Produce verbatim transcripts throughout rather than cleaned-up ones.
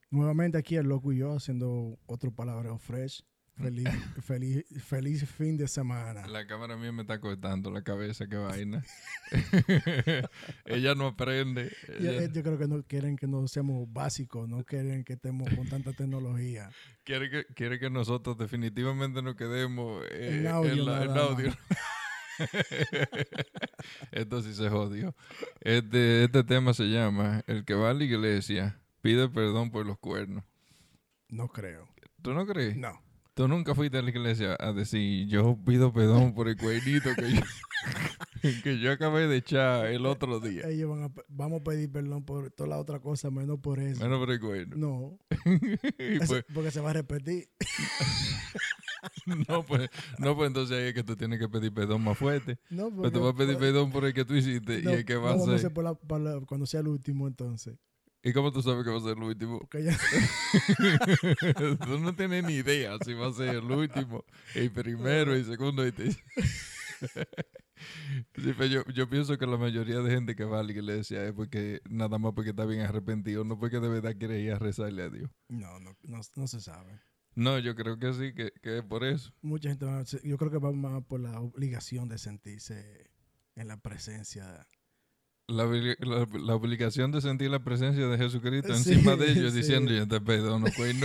Nuevamente aquí el loco y yo haciendo otro palabreo fresh. Feliz, feliz, feliz fin de semana. La cámara mía me está cortando la cabeza, qué vaina. Ella no aprende. Yo, Ella yo creo que no quieren que no seamos básicos, no quieren que estemos con tanta tecnología. quiere, que, quiere que nosotros definitivamente nos quedemos eh, En audio en, la, en nada audio. más. Esto sí se jodió. Este, este tema se llama El que va a la iglesia pide perdón por los cuernos. No creo. ¿Tú no crees? No. Tú nunca fuiste a la iglesia a decir, yo pido perdón por el cuernito que yo, que yo acabé de echar el otro día. Ellos van a, vamos a pedir perdón por toda la otra cosa, menos por eso. Menos por el cuerno. No. Y Eso- pues, porque se va a repetir. no, pues, no, pues entonces ahí es que tú tienes que pedir perdón más fuerte. No, Pues tú vas a pedir perdón por el que tú hiciste no, y el que va no a vamos a ser. hacer por la- por la- cuando sea el último entonces. ¿Y cómo tú sabes que va a ser el último? Porque ya, Tú no tienes ni idea si va a ser el último, el primero, el segundo. Y te... Sí, pero yo, yo pienso que la mayoría de gente que va a la iglesia es porque nada más porque está bien arrepentido, no porque de verdad quiere ir a rezarle a Dios. no, no, no, no se sabe. No, yo creo que sí, que, que es por eso. Mucha gente va a- yo creo que va más por la obligación de sentirse en la presencia. La, obli- la, la obligación de sentir la presencia de Jesucristo Sí, encima de ellos sí. diciendo, yo te perdono, cuerno.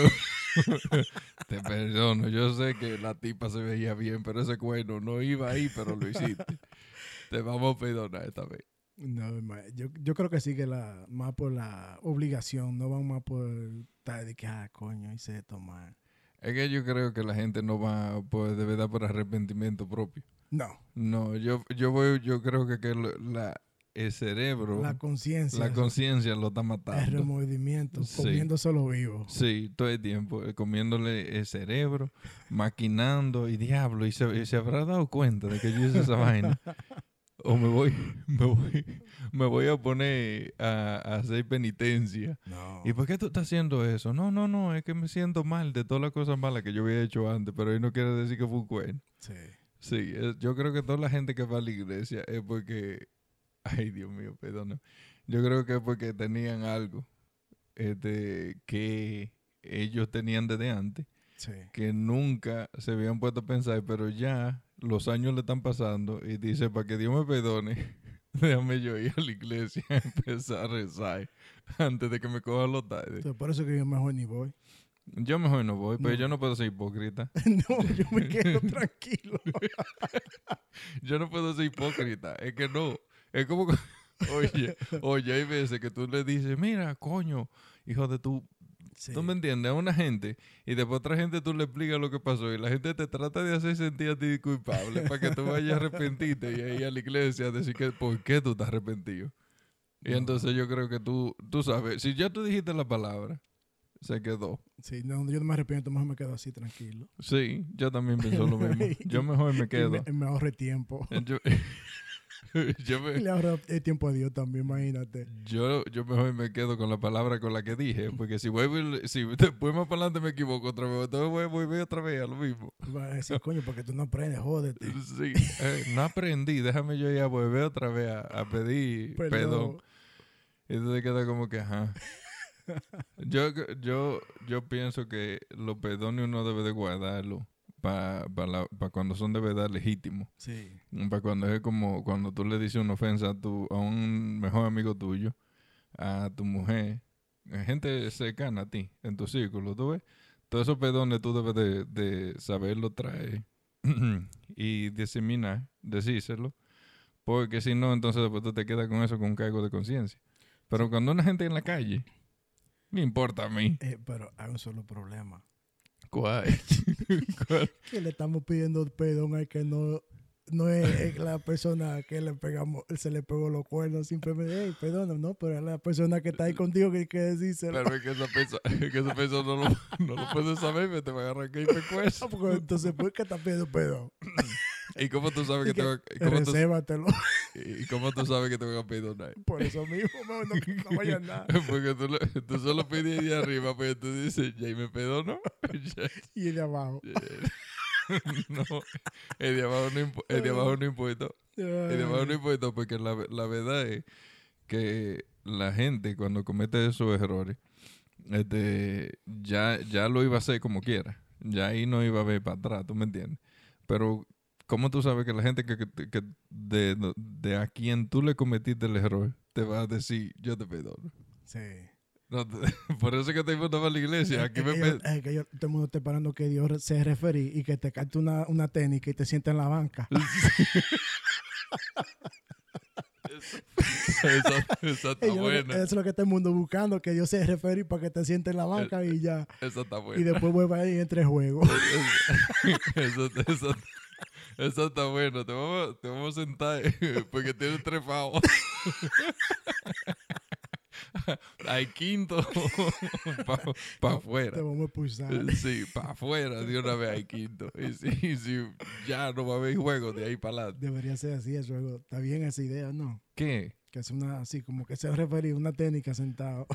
Te perdono. Yo sé que la tipa se veía bien, pero ese cuerno no iba ahí, pero lo hiciste. Te vamos a perdonar esta vez. No, ma- yo, yo creo que sí que la más por la obligación, no van más por estar de que, ah, coño, hice esto mal. Es que yo creo que la gente no va por, de verdad por arrepentimiento propio. No, No, yo, yo voy, yo creo que, que lo- la, el cerebro, la la, conciencia, conciencia lo está el matando. remordimiento, Sí. comiendo solo vivo. Sí, todo el tiempo, eh, comiéndole el cerebro, maquinando y diablo, y se, y se habrá dado cuenta de que yo hice esa vaina. O me voy, me voy, me voy a poner a, a hacer penitencia. No. ¿Y por qué tú estás haciendo eso? No, no, no, es que me siento mal de todas las cosas malas que yo había hecho antes, pero ahí no quiere decir que fue un cuerno. Sí. Sí, eh, yo creo que toda la gente que va a la iglesia es porque, ay Dios mío, perdona. Yo creo que es porque tenían algo este, que ellos tenían desde antes, Sí. que nunca se habían puesto a pensar, pero ya los años le están pasando y dice, para que Dios me perdone, déjame yo ir a la iglesia a empezar a rezar antes de que me cojan los tardes. Entonces, por eso que yo mejor ni voy. Yo mejor no voy, pero No. yo no puedo ser hipócrita. No, yo me quedo tranquilo. Yo no puedo ser hipócrita. Es que no. Es como... que- Oye, oye, hay veces que tú le dices, mira, coño, hijo de tu... Sí. ¿Tú me entiendes? A una gente y después a otra gente tú le explicas lo que pasó y la gente te trata de hacer sentir a ti culpable para que tú vayas a arrepentirte y ahí a la iglesia a decir que por qué tú estás arrepentido. Y No. entonces yo creo que tú, tú sabes, si ya tú dijiste la palabra, se quedó. Sí, no, yo no me arrepiento, mejor me quedo así tranquilo. Sí, yo también pienso lo mismo. Yo mejor me Y quedo. me, me ahorre tiempo. Yo, yo, me- Le ahorro el tiempo a Dios también, imagínate. yo, yo mejor me quedo con la palabra con la que dije, porque si vuelvo, y- si después más para adelante me equivoco otra vez, entonces voy a volver otra vez a lo mismo. Va a decir, coño, porque tú no aprendes, jódete. Sí, eh, no aprendí, déjame yo ya volver otra vez a, a pedir perdón. Perdón. Y entonces queda como que, ajá. Yo, yo, yo pienso que los perdones uno debe de guardarlo para pa pa cuando son de verdad legítimos. Sí. Para cuando es como cuando tú le dices una ofensa a, tu, a un mejor amigo tuyo, a tu mujer, a gente cercana a ti, en tu círculo, ¿tú ves? Todos esos perdones tú debes de, de saberlo traer y diseminar, decírselo, porque si no, entonces después tú te quedas con eso con un cargo de conciencia. Pero cuando una gente en la calle, me importa a mí. Eh, pero hay un solo problema. ¿Cuál? ¿Cuál? Que le estamos pidiendo perdón al que no, no es, es la persona que le pegamos, se le pegó los cuernos. Simplemente, hey, perdón, no, pero es la persona que está ahí contigo que hay que decírselo. Pero es que esa persona, que esa persona no, lo, no lo puede saber, me te va a agarrar que hay pecueso. Ah, porque entonces, ¿por qué está pidiendo perdón? ¿Y cómo tú sabes que, Y te va, que, y cómo tú, resérvatelo. y cómo tú sabes que te van a perdonar? Por eso mismo, no, no, no vaya nada. Porque tú, le- tú solo pides de arriba, pero tú dices, ya y me perdonó. Ya- Y el de abajo. ya- no, el de abajo no, impu- el de abajo no importa. El de abajo no importa porque la, la verdad es que la gente cuando comete esos errores, este, ya, ya lo iba a hacer como quiera. Ya ahí no iba a ver para atrás, ¿tú me entiendes? Pero, ¿cómo tú sabes que la gente que, que, que de, de a quien tú le cometiste el error te va a decir, yo te perdono? Sí. No, te, por eso es que te invitaba a la iglesia. Aquí es, me que pe- yo, es que yo, todo el mundo está esperando que Dios se referí y que te cante una, una técnica y te sienta en la banca. Eso, eso está Ellos lo que- bueno. Eso es lo que está el mundo buscando, que Dios se referí para que te siente en la banca y ya. Eso está bueno. Y después vuelva ahí entre juegos. Eso, eso, eso está bueno. Te vamos, te vamos a sentar porque tienes tres pavos. Hay quinto para pa afuera. Te vamos a expulsar. Sí, para afuera de una vez hay quinto. Y si, y si ya no va a haber juego de ahí para adelante. Debería ser así el juego. Está bien esa idea, ¿no? ¿Qué? Que es una así, como que se referí, una técnica sentado.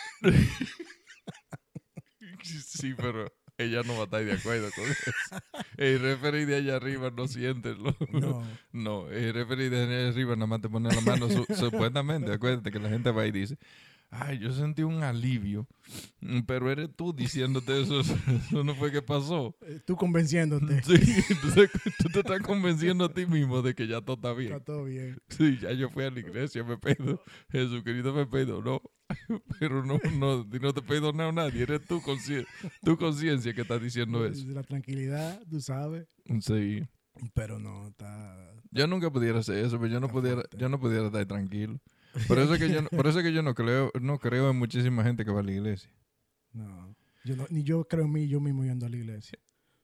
Sí, pero ella no va a estar de acuerdo con eso. El referee de allá arriba no siente. Lo, No. no, el referee de allá arriba nada más te pone la mano su, supuestamente. Acuérdate que la gente va y dice, ay, yo sentí un alivio, pero eres tú diciéndote eso. Eso no fue que pasó. Tú convenciéndote. Sí, entonces tú te estás convenciendo a ti mismo de que ya todo está bien. Está todo bien. Sí, ya yo fui a la iglesia, me pedo. Jesucristo me perdonó. Pero no, no, no te perdonó a nadie. Eres tu conciencia, tu conciencia que está diciendo eso. La tranquilidad, tú sabes. Sí. Pero no, está... Yo nunca pudiera hacer eso, pero yo no Está pudiera, fuerte. yo no pudiera estar tranquilo. Por eso es que yo, no- por eso es que yo no creo, no creo en muchísima gente que va a la iglesia. No. Yo no, ni yo creo en mí, yo mismo yendo a la iglesia.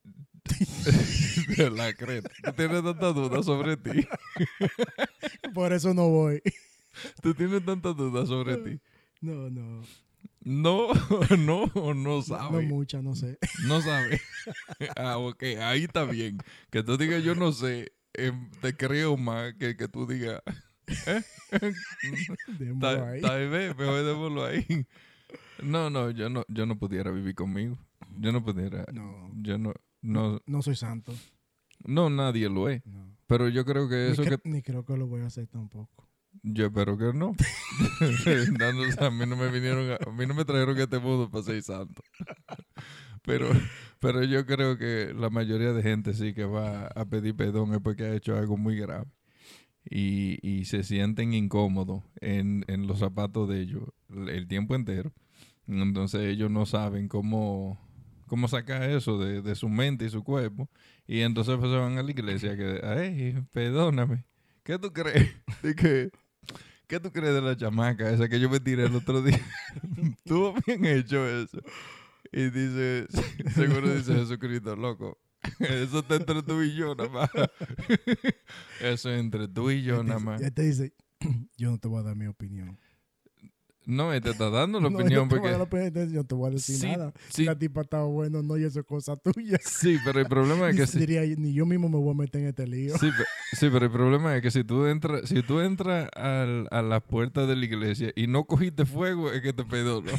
La creta. Tú tienes tantas dudas sobre ti. Por eso no voy. Tú tienes tantas dudas sobre ti. No, no. No, no, no No sabes. muchas, no sé. No sabes. Ah, ok, ahí está bien. Que tú digas yo no sé, eh, te creo más que que tú digas, ¿eh? Démoslo Tal ahí. tal vez, mejor démoslo ahí. No, no, yo no, yo no pudiera vivir conmigo. Yo no pudiera. No. Yo no, no, No soy santo. no, nadie lo es. No. Pero yo creo que eso ni, que, cre- ni creo que lo voy a hacer tampoco. yo espero que no. Dándose- a mí no me vinieron, a, a mí no me trajeron a este mundo para ser santo. Pero, pero yo creo que la mayoría de gente sí que va a pedir perdón es porque ha hecho algo muy grave. Y, y se sienten incómodos en, en los zapatos de ellos el, el tiempo entero. Entonces ellos no saben cómo, cómo sacar eso de, de su mente y su cuerpo. Y entonces pues, se van a la iglesia que, ay, perdóname. ¿Qué tú crees? De que, ¿qué tú crees de la chamaca esa que yo me tiré el otro día? Estuvo bien hecho eso. Y dice, seguro dice Jesucristo, loco. Eso está entre tú y yo nada más. Eso es entre tú y yo Y nada te- más. y él te dice, yo no te voy a dar mi opinión. No, él te está dando la No, opinión yo te voy a porque... dar la opinión, entonces yo no te voy a decir Sí, nada. sí. La tipa estaba bueno, no, y eso es cosa tuya. Sí, pero el problema es Ni, que si... diría, ni yo mismo me voy a meter en este lío. Sí, pe- sí, pero el problema es que si tú entras, si tú entras al- a la puerta de la iglesia y no cogiste fuego, es que te perdono.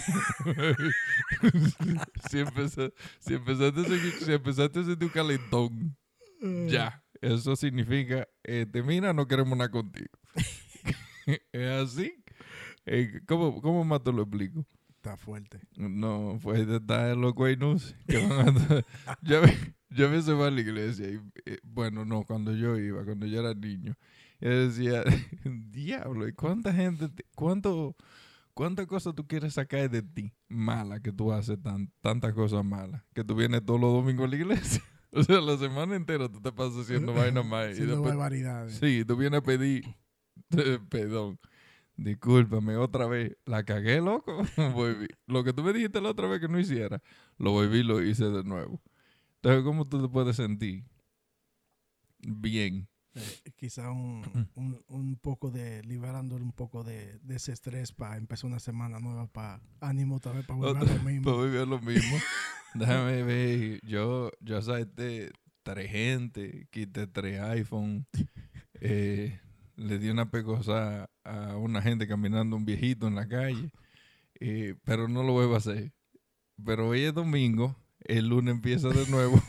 si, empeza- si empezaste a sentir, si empezaste a sentir un calentón, ya. Eso significa, este, mira, no queremos nada contigo. Es así. Eh, ¿cómo, ¿Cómo más te lo explico? Está fuerte. No, pues está los cuernos que van a... yo, a ve- yo a veces voy a la iglesia y, eh, bueno, no, cuando yo iba, cuando yo era niño, yo decía, diablo, ¿y cuánta gente, te- cuánto, cuántas cosas tú quieres sacar de ti mala que tú haces tan, tantas cosas malas que tú vienes todos los domingos a la iglesia? O sea, la semana entera tú te pasas haciendo vainas más y Haciendo después, barbaridades. sí, tú vienes a pedir eh, perdón. Discúlpame, otra vez. La cagué, loco. Volví. Lo que tú me dijiste la otra vez que no hiciera, lo volví y lo hice de nuevo. Entonces, ¿cómo tú te puedes sentir? Bien. Eh, quizá un, un, un poco de, liberándole un poco de, de ese estrés para empezar una semana nueva, para ánimo otra vez, para volver a lo Para mismo. volver a lo mismo. Déjame ver. Yo, yo salté tres gente, quité tres iPhone. Eh, le di una pegosa a una gente caminando, un viejito en la calle. Eh, pero no lo vuelvo a hacer. Pero hoy es domingo, el lunes empieza de nuevo.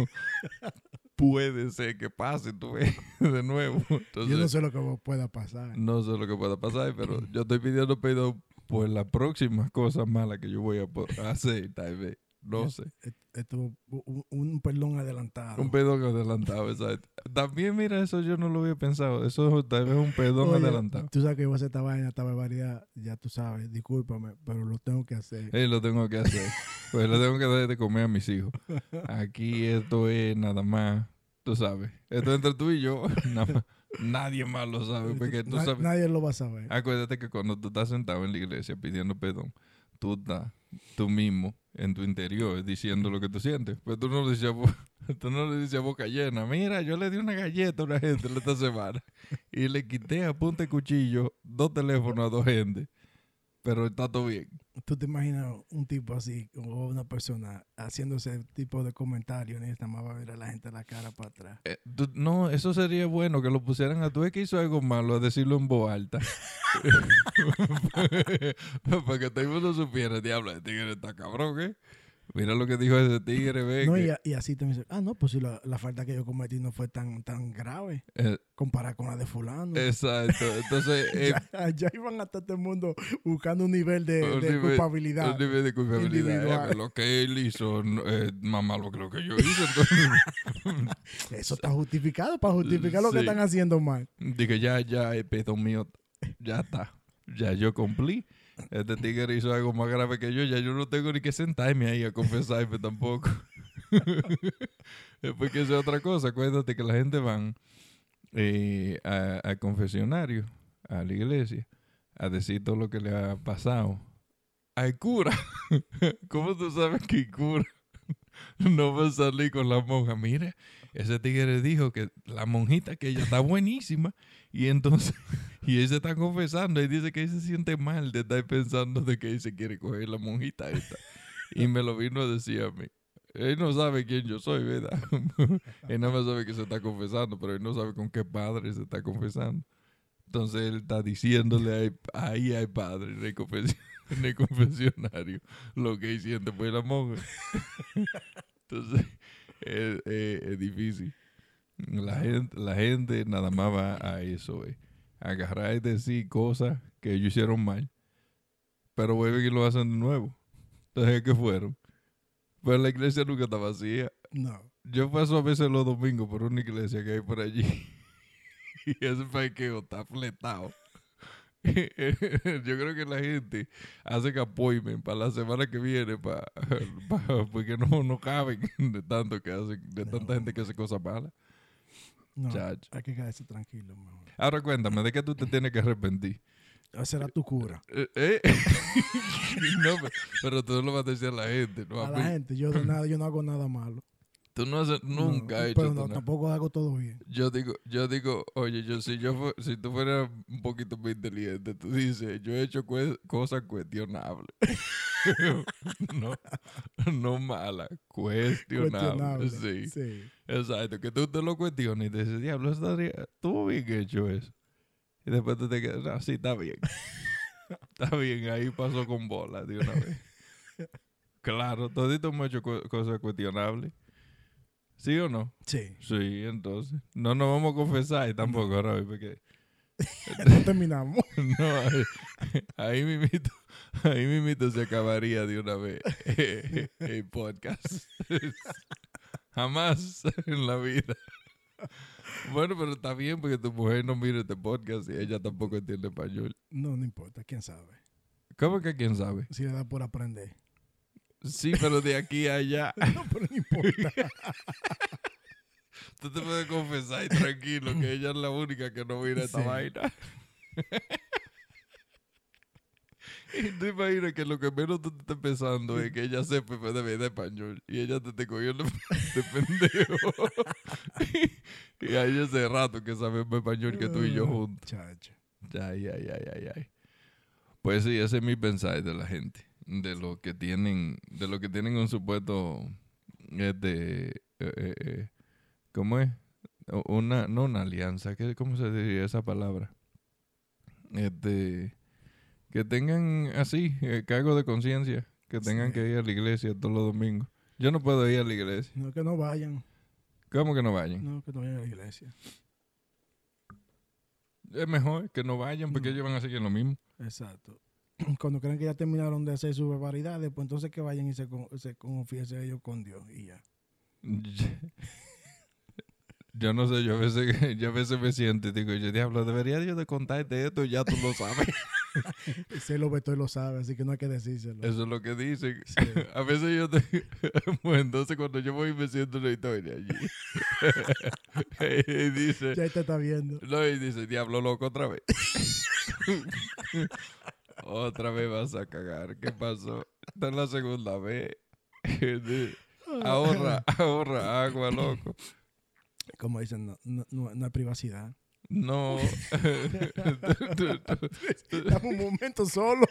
Puede ser que pase, tú ves, de nuevo. Entonces, Yo no sé lo que pueda pasar. no sé lo que pueda pasar, pero yo estoy pidiendo perdón por las próximas cosas malas que yo voy a po- hacer, tal vez. No sé. Esto, un, un perdón adelantado. Un pedón adelantado, exacto. También, mira, eso yo no lo había pensado. Eso tal vez es un pedón Oye, adelantado. tú sabes que voy a hacer esta vaina, esta barbaridad, ya tú sabes, discúlpame, pero lo tengo que hacer. Eh, lo tengo que hacer. Pues lo tengo que dar de comer a mis hijos. Aquí esto es nada más, tú sabes. Esto entre tú y yo, nada más. Nadie más lo sabe. Porque tú Na- sabes. Nadie lo va a saber. Acuérdate que cuando tú estás sentado en la iglesia pidiendo perdón, tú estás tú mismo en tu interior diciendo lo que tú sientes. Pero tú no le dices a, bo- tú no le dices a boca llena, mira, yo le di una galleta a una gente esta semana y le quité a punta de cuchillo dos teléfonos a dos gente. Pero está todo bien. Tú te imaginas un tipo así, o una persona haciendo ese tipo de comentarios, ni esta más va a ver a la gente la cara para atrás. Eh, tú- no, eso sería bueno que lo pusieran a tú es que hizo algo malo, a decirlo en voz alta. Para que todo el mundo supiera, diablo, el tigre está cabrón, ¿eh? Mira lo que dijo ese tigre, ve. No, que, y, a- y así te dicen, ah, no, pues si la, la falta que yo cometí no fue tan, tan grave eh, comparada con la de fulano. exacto. Entonces, eh, ya, ya iban hasta todo el mundo buscando un nivel de, un de nivel- culpabilidad. un nivel de culpabilidad. individual. Eh, lo que él hizo no, es más malo que lo que yo hice. Entonces, Eso está justificado para justificar lo que Sí. están haciendo mal. dije, ya, ya, el pedo mío, ya está. Ya yo cumplí. Este tigre hizo algo más grave que yo. Ya yo no tengo ni que sentarme ahí a confesarme tampoco. Es porque eso es otra cosa. Acuérdate que la gente van eh, a- al confesionario, a la iglesia, a decir todo lo que le ha pasado. Al cura. ¿Cómo tú sabes que el cura no va a salir con la monja? Mira, ese tigre dijo que la monjita, que ella está buenísima. Y entonces, y él se está confesando y dice que él se siente mal de estar pensando de que él se quiere coger la monjita esta. Y me lo vino a decir a mí. Él no sabe quién yo soy, ¿verdad? Él nada más sabe que se está confesando, pero él no sabe con qué padre se está confesando. Entonces él está diciéndole ahí, ahí al padre en el, confes- en el confesionario lo que él siente por la monja. Entonces es, es- es difícil. La gente, la gente nada más va a eso, eh. Agarrar y decir cosas que ellos hicieron mal, pero vuelven y lo hacen de nuevo. Entonces, ¿qué fueron? Pues la iglesia nunca está vacía. No. Yo paso a veces los domingos por una iglesia que hay por allí y ese parqueo está fletado. Yo creo que la gente hace appointment para la semana que viene para, porque no, no caben de tanto que hacen, de tanta No. gente que hace cosas malas. No, Chacho. hay que quedarse tranquilo, mejor. Ahora cuéntame, ¿de qué tú te tienes que arrepentir? Ese será tu cura. Eh, eh. No, pero, pero tú no lo vas a decir a la gente, no a, A mí. la gente, yo de nada, yo no hago nada malo. Tú no haces, nunca has No, hecho pero tú no, nada. tampoco hago todo bien. Yo digo, yo digo, oye, yo si yo fu- si tú fueras un poquito más inteligente, tú dices, yo he hecho cue- cosas cuestionables. no, no malas, cuestionables. Cuestionable. Sí, Sí. exacto. Que tú te lo cuestiones y te dices, diablo, estaría, estuvo bien hecho eso. Y después tú te quedas, no, sí, está bien. Está bien, ahí pasó con bola de una vez. Claro, todito hemos hecho co- cosas cuestionables. ¿Sí o no? Sí. Sí, entonces. No nos vamos a confesar tampoco, No. Roy, porque No terminamos. no, ahí, ahí mimito, ahí mimito se acabaría de una vez el podcast. Jamás en la vida. Bueno, pero está bien porque tu mujer no mira este podcast y ella tampoco entiende español. No, no importa, quién sabe. ¿Cómo que quién sabe? Si le da por aprender. Sí, pero de aquí a allá. No, pero no importa. Tú te puedes confesar y tranquilo que ella es la única que no mira esta Sí. vaina. Y tú imaginas que lo que menos tú te estás pensando es que ella sepa de verdad español y ella te esté cogiendo de pendejo. Y ahí hace rato que sabemos español que tú y yo juntos. Chacho. Ay, ay, ay, ay, ay. Pues sí, ese es mi pensar de la gente. De lo que tienen, de lo que tienen un supuesto, este, eh, eh, eh, ¿cómo es? O- Una, no una alianza, ¿qué, ¿cómo se diría esa palabra? Este, que tengan así, eh, cargo de conciencia, que tengan Sí. que ir a la iglesia todos los domingos. Yo no puedo ir a la iglesia. No, que no vayan. ¿Cómo que no vayan? No, que no vayan a la iglesia. Es mejor que no vayan porque No. ellos van a seguir lo mismo. Exacto. cuando creen que ya terminaron de hacer sus barbaridades, pues entonces que vayan y se, con- se confiesen ellos con Dios y ya. Yo no sé, yo a veces, yo a veces me siento y digo, yo diablo, debería yo de contarte esto, ya tú lo sabes. Se lo ve todo y lo sabe, así que no hay que decírselo. Eso es lo que dicen. Sí. A veces yo te... Pues entonces cuando yo voy y me siento una historia allí. Y dice... Ya te está viendo. No, y dice, diablo loco otra vez. Otra vez vas a cagar. ¿Qué pasó? Esta es la segunda vez. Ahorra, ahorra agua, loco. Como dicen, no, no, no- no hay privacidad. No. tú, tú- tú- Dame un momento solo.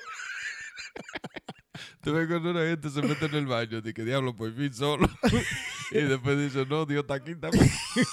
tú ves cuando una gente se mete en el baño, de que diablo, por fin solo. Y después dice, no, Dios está aquí también.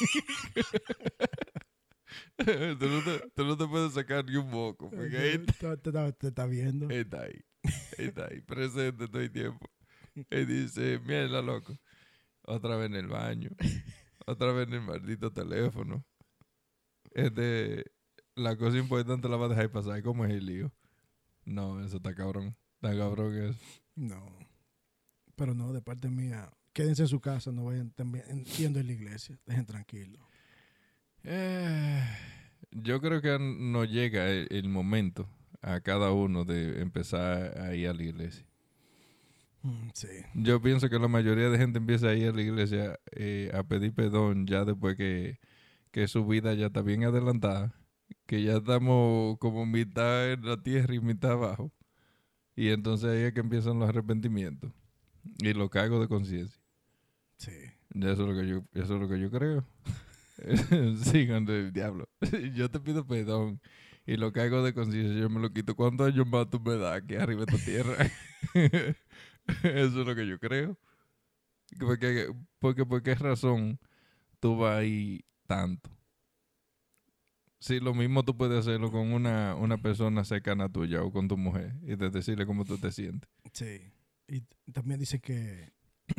tú, no te, tú no te puedes sacar ni un moco, porque ahí Te, te- te- te está viendo. está ahí. Está ahí, presente todo el tiempo. Y dice, mierda, loco. Otra vez en el baño. Otra vez en el maldito teléfono. Este, la cosa importante la va a dejar pasar. ¿Cómo es el lío? No, eso está cabrón. Está cabrón eso. No. Pero no, de parte mía, quédense en su casa, no vayan también yendo en la iglesia. Dejen tranquilo. Eh, yo creo que nos llega el, el momento a cada uno de empezar a ir a la iglesia. Mm, sí. Yo pienso que la mayoría de gente empieza a ir a la iglesia eh, a pedir perdón ya después que, que su vida ya está bien adelantada, que ya estamos como mitad en la tierra y mitad abajo. Y entonces ahí es que empiezan los arrepentimientos y los cargos de conciencia. Sí. Ya eso es lo que yo, eso es lo que yo creo. Sigan del diablo. Yo te pido perdón y los cargos de conciencia yo me lo quito. ¿Cuántos años más tú me das aquí arriba de esta tierra? Eso es lo que yo creo. Porque, porque por qué razón tú vas ahí tanto. Sí, lo mismo tú puedes hacerlo con una, una persona cercana tuya o con tu mujer y de decirle cómo tú te sientes. Sí. Y t- también dice que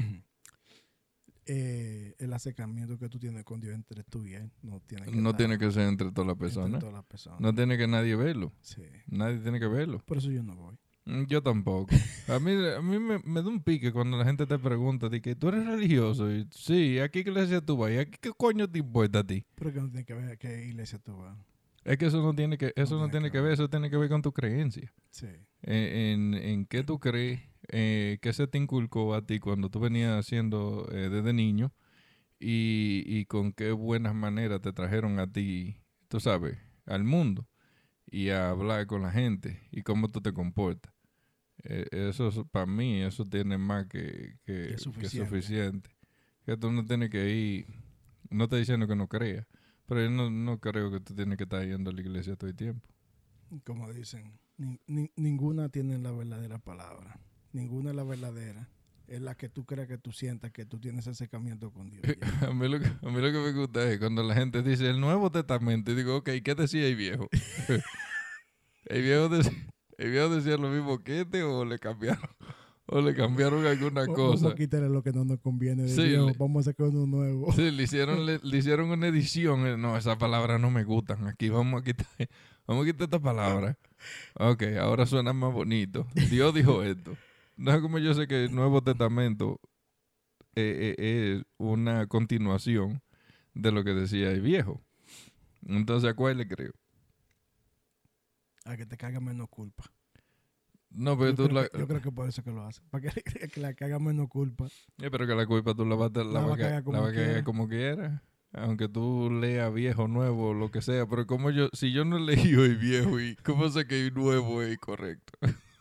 eh, el acercamiento que tú tienes con Dios entre tú y Él no tiene que, No estar tiene que ser entre todas las entre personas. todas las personas. No tiene que nadie verlo. Sí. Nadie tiene que verlo. Por eso yo no voy. Mm, Yo tampoco. A mí, a mí me, me da un pique cuando la gente te pregunta de que tú eres religioso. Y, sí, ¿a qué iglesia tú vas? ¿Y a qué, qué coño te importa a ti? Pero que no tiene que ver a qué iglesia tú vas. Es que eso no tiene que, eso no, tiene tiene que que ver. ver, eso tiene que ver con tu creencia. Sí. En, en, en qué tú crees, eh, qué se te inculcó a ti cuando tú venías haciendo eh, desde niño y, y con qué buenas maneras te trajeron a ti, tú sabes, al mundo y a hablar con la gente y cómo tú te comportas. Eh, eso para mí, eso tiene más que, que, Que que suficiente. suficiente. Que tú no tienes que ir, no estoy diciendo que no creas, pero yo no, no creo que tú tienes que estar yendo a la iglesia todo el tiempo. Como dicen, ni- ni- ninguna tiene la verdadera palabra. Ninguna es la verdadera. Es la que tú creas que tú sientas que tú tienes acercamiento con Dios. ya. A mí, lo que, a mí lo que me gusta es cuando la gente dice el Nuevo Testamento y digo, ok, ¿qué decía el viejo? el, viejo decía, el viejo decía lo mismo que este o le cambiaron, o le cambiaron alguna O- cosa. Vamos a quitarle lo que no nos conviene de Sí, Dios. le- Vamos a sacar uno nuevo. Sí, le hicieron, le, le hicieron una edición. eh, No, esas palabras no me gustan. Aquí vamos a quitar, vamos a quitar esta palabra. Ok, ahora suena más bonito. Dios dijo esto. No es como yo sé que el Nuevo Testamento eh, eh, es una continuación de lo que decía el viejo. Entonces, ¿a cuál le creo? A que te caiga menos culpa. No, pero Yo tú creo, la... que, yo creo que por eso que lo hace. Para que, le- que le caiga menos culpa. Eh, pero que la culpa tú la vas, a- la La vas va a a ca- cagar como la vas a cagar quiera. como quieras. Aunque tú leas viejo, nuevo, lo que sea. Pero como yo, si yo no he leído el viejo, ¿y cómo sé que el nuevo es correcto?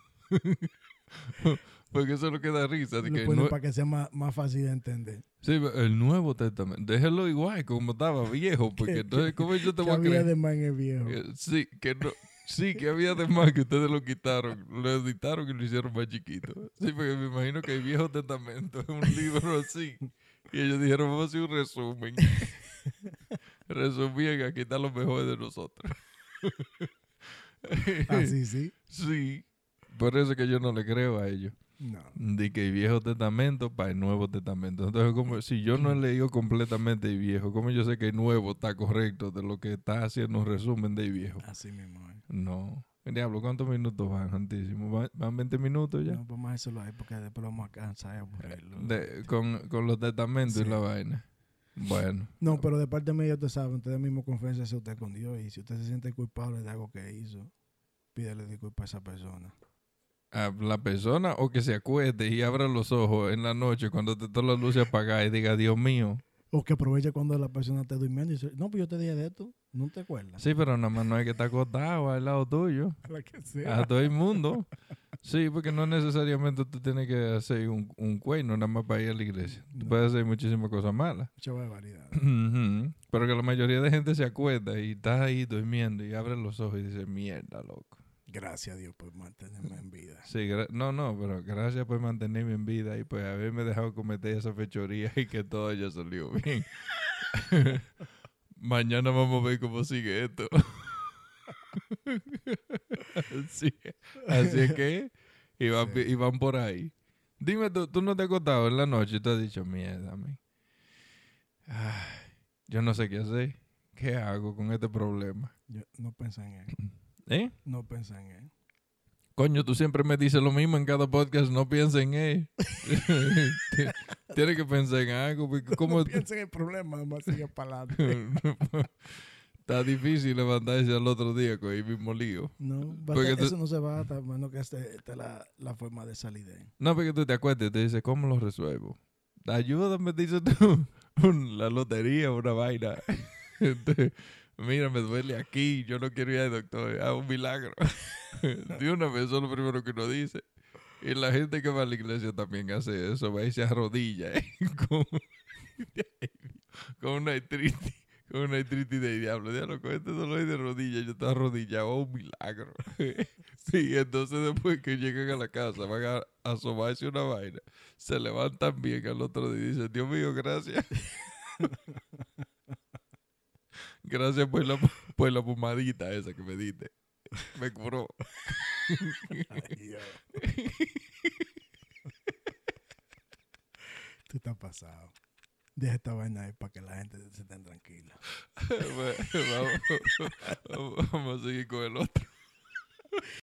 Porque eso es lo que da risa. De Lo que el ponen nue- para que sea más, más fácil de entender. sí, el Nuevo Testamento. Déjelo igual como estaba viejo. Porque Que- entonces, ¿cómo yo te Que voy a había creer? de más en el viejo. Eh, Sí, que no. Sí, que había de más que ustedes lo quitaron, lo editaron y lo hicieron más chiquito. Sí, porque me imagino que el Viejo Testamento es un libro así. Y ellos dijeron, vamos a hacer un resumen. Resumían, aquí está lo mejor de nosotros. Así sí. Sí, por eso que yo no le creo a ellos. No. De que el Viejo Testamento para el Nuevo Testamento. Entonces, como si yo no he leído completamente el Viejo, ¿cómo yo sé que el Nuevo está correcto de lo que está haciendo un resumen del Viejo? Así mismo. eh. No, Diablo, ¿cuántos minutos van, Santísimo? ¿Van, van veinte minutos ya? No, vamos a hacerlo ahí porque después lo vamos a cansar y aburrirlo. De, con, con los testamentos Sí. y la vaina. Bueno. No, pero de parte mía, usted sabe, ustedes mismos confiénsese usted con Dios. Y si usted se siente culpable de algo que hizo, pídele disculpas a esa persona. A la persona o que se acueste y abra los ojos en la noche cuando te todas las luces apagadas y diga, Dios mío. O que aproveche cuando la persona esté durmiendo y dice, no, pues yo te dije de esto, no te acuerdas. Sí, pero nada más no hay que estar acostado al lado tuyo. A la que sea. A todo el mundo. Sí, porque no necesariamente tú tienes que hacer un, un cuerno nada más para ir a la iglesia. Tú No. puedes hacer muchísimas cosas malas. Mucha barbaridad. Ujú. Pero que la mayoría de gente se acuesta y está ahí durmiendo y abre los ojos y dice, mierda, loco. Gracias a Dios por mantenerme en vida. Sí, gra- no, no, pero gracias por mantenerme en vida y pues haberme dejado cometer esa fechoría y que todo haya salido bien. Mañana vamos a ver cómo sigue esto. Sí, así es que y van, Sí. y van por ahí. Dime, tú, tú no te has acostado en la noche y te has dicho, mierda, mí. Yo no sé qué hacer. ¿Qué hago con este problema? Yo no pensé en él. ¿Eh? No pensé en él. Coño, tú siempre me dices lo mismo en cada podcast, no pienses en él. Tienes que pensar en algo, porque ¿cómo No piensa en el problema, además sigue para adelante. está difícil levantarse al otro día con el mismo lío? No, Porque basta- tú- eso no se va hasta menos que esté, esté la, la forma de salir de él. No, porque tú te acuerdas y te dices, ¿cómo lo resuelvo? Ayúdame, dices tú, un- la lotería, una vaina. Entonces, mira, me duele aquí, yo no quiero ir al doctor, haz un milagro. De una vez, eso es lo primero que uno dice. Y la gente que va a la iglesia también hace eso, va y se arrodilla ¿eh? con, con una artritis, con una artritis de diablo. Diablo, con este dolor de rodilla, yo estoy arrodillado, oh, un milagro. Sí, entonces después que llegan a la casa, van a, a asomarse una vaina, se levantan bien al otro día y dicen, Dios mío, gracias. Gracias por la, por la pomadita esa que me diste. Me curó. Ay, Dios. Tú estás pasado. Deja esta vaina ahí para que la gente se esté tranquila. vamos, vamos a seguir con el otro.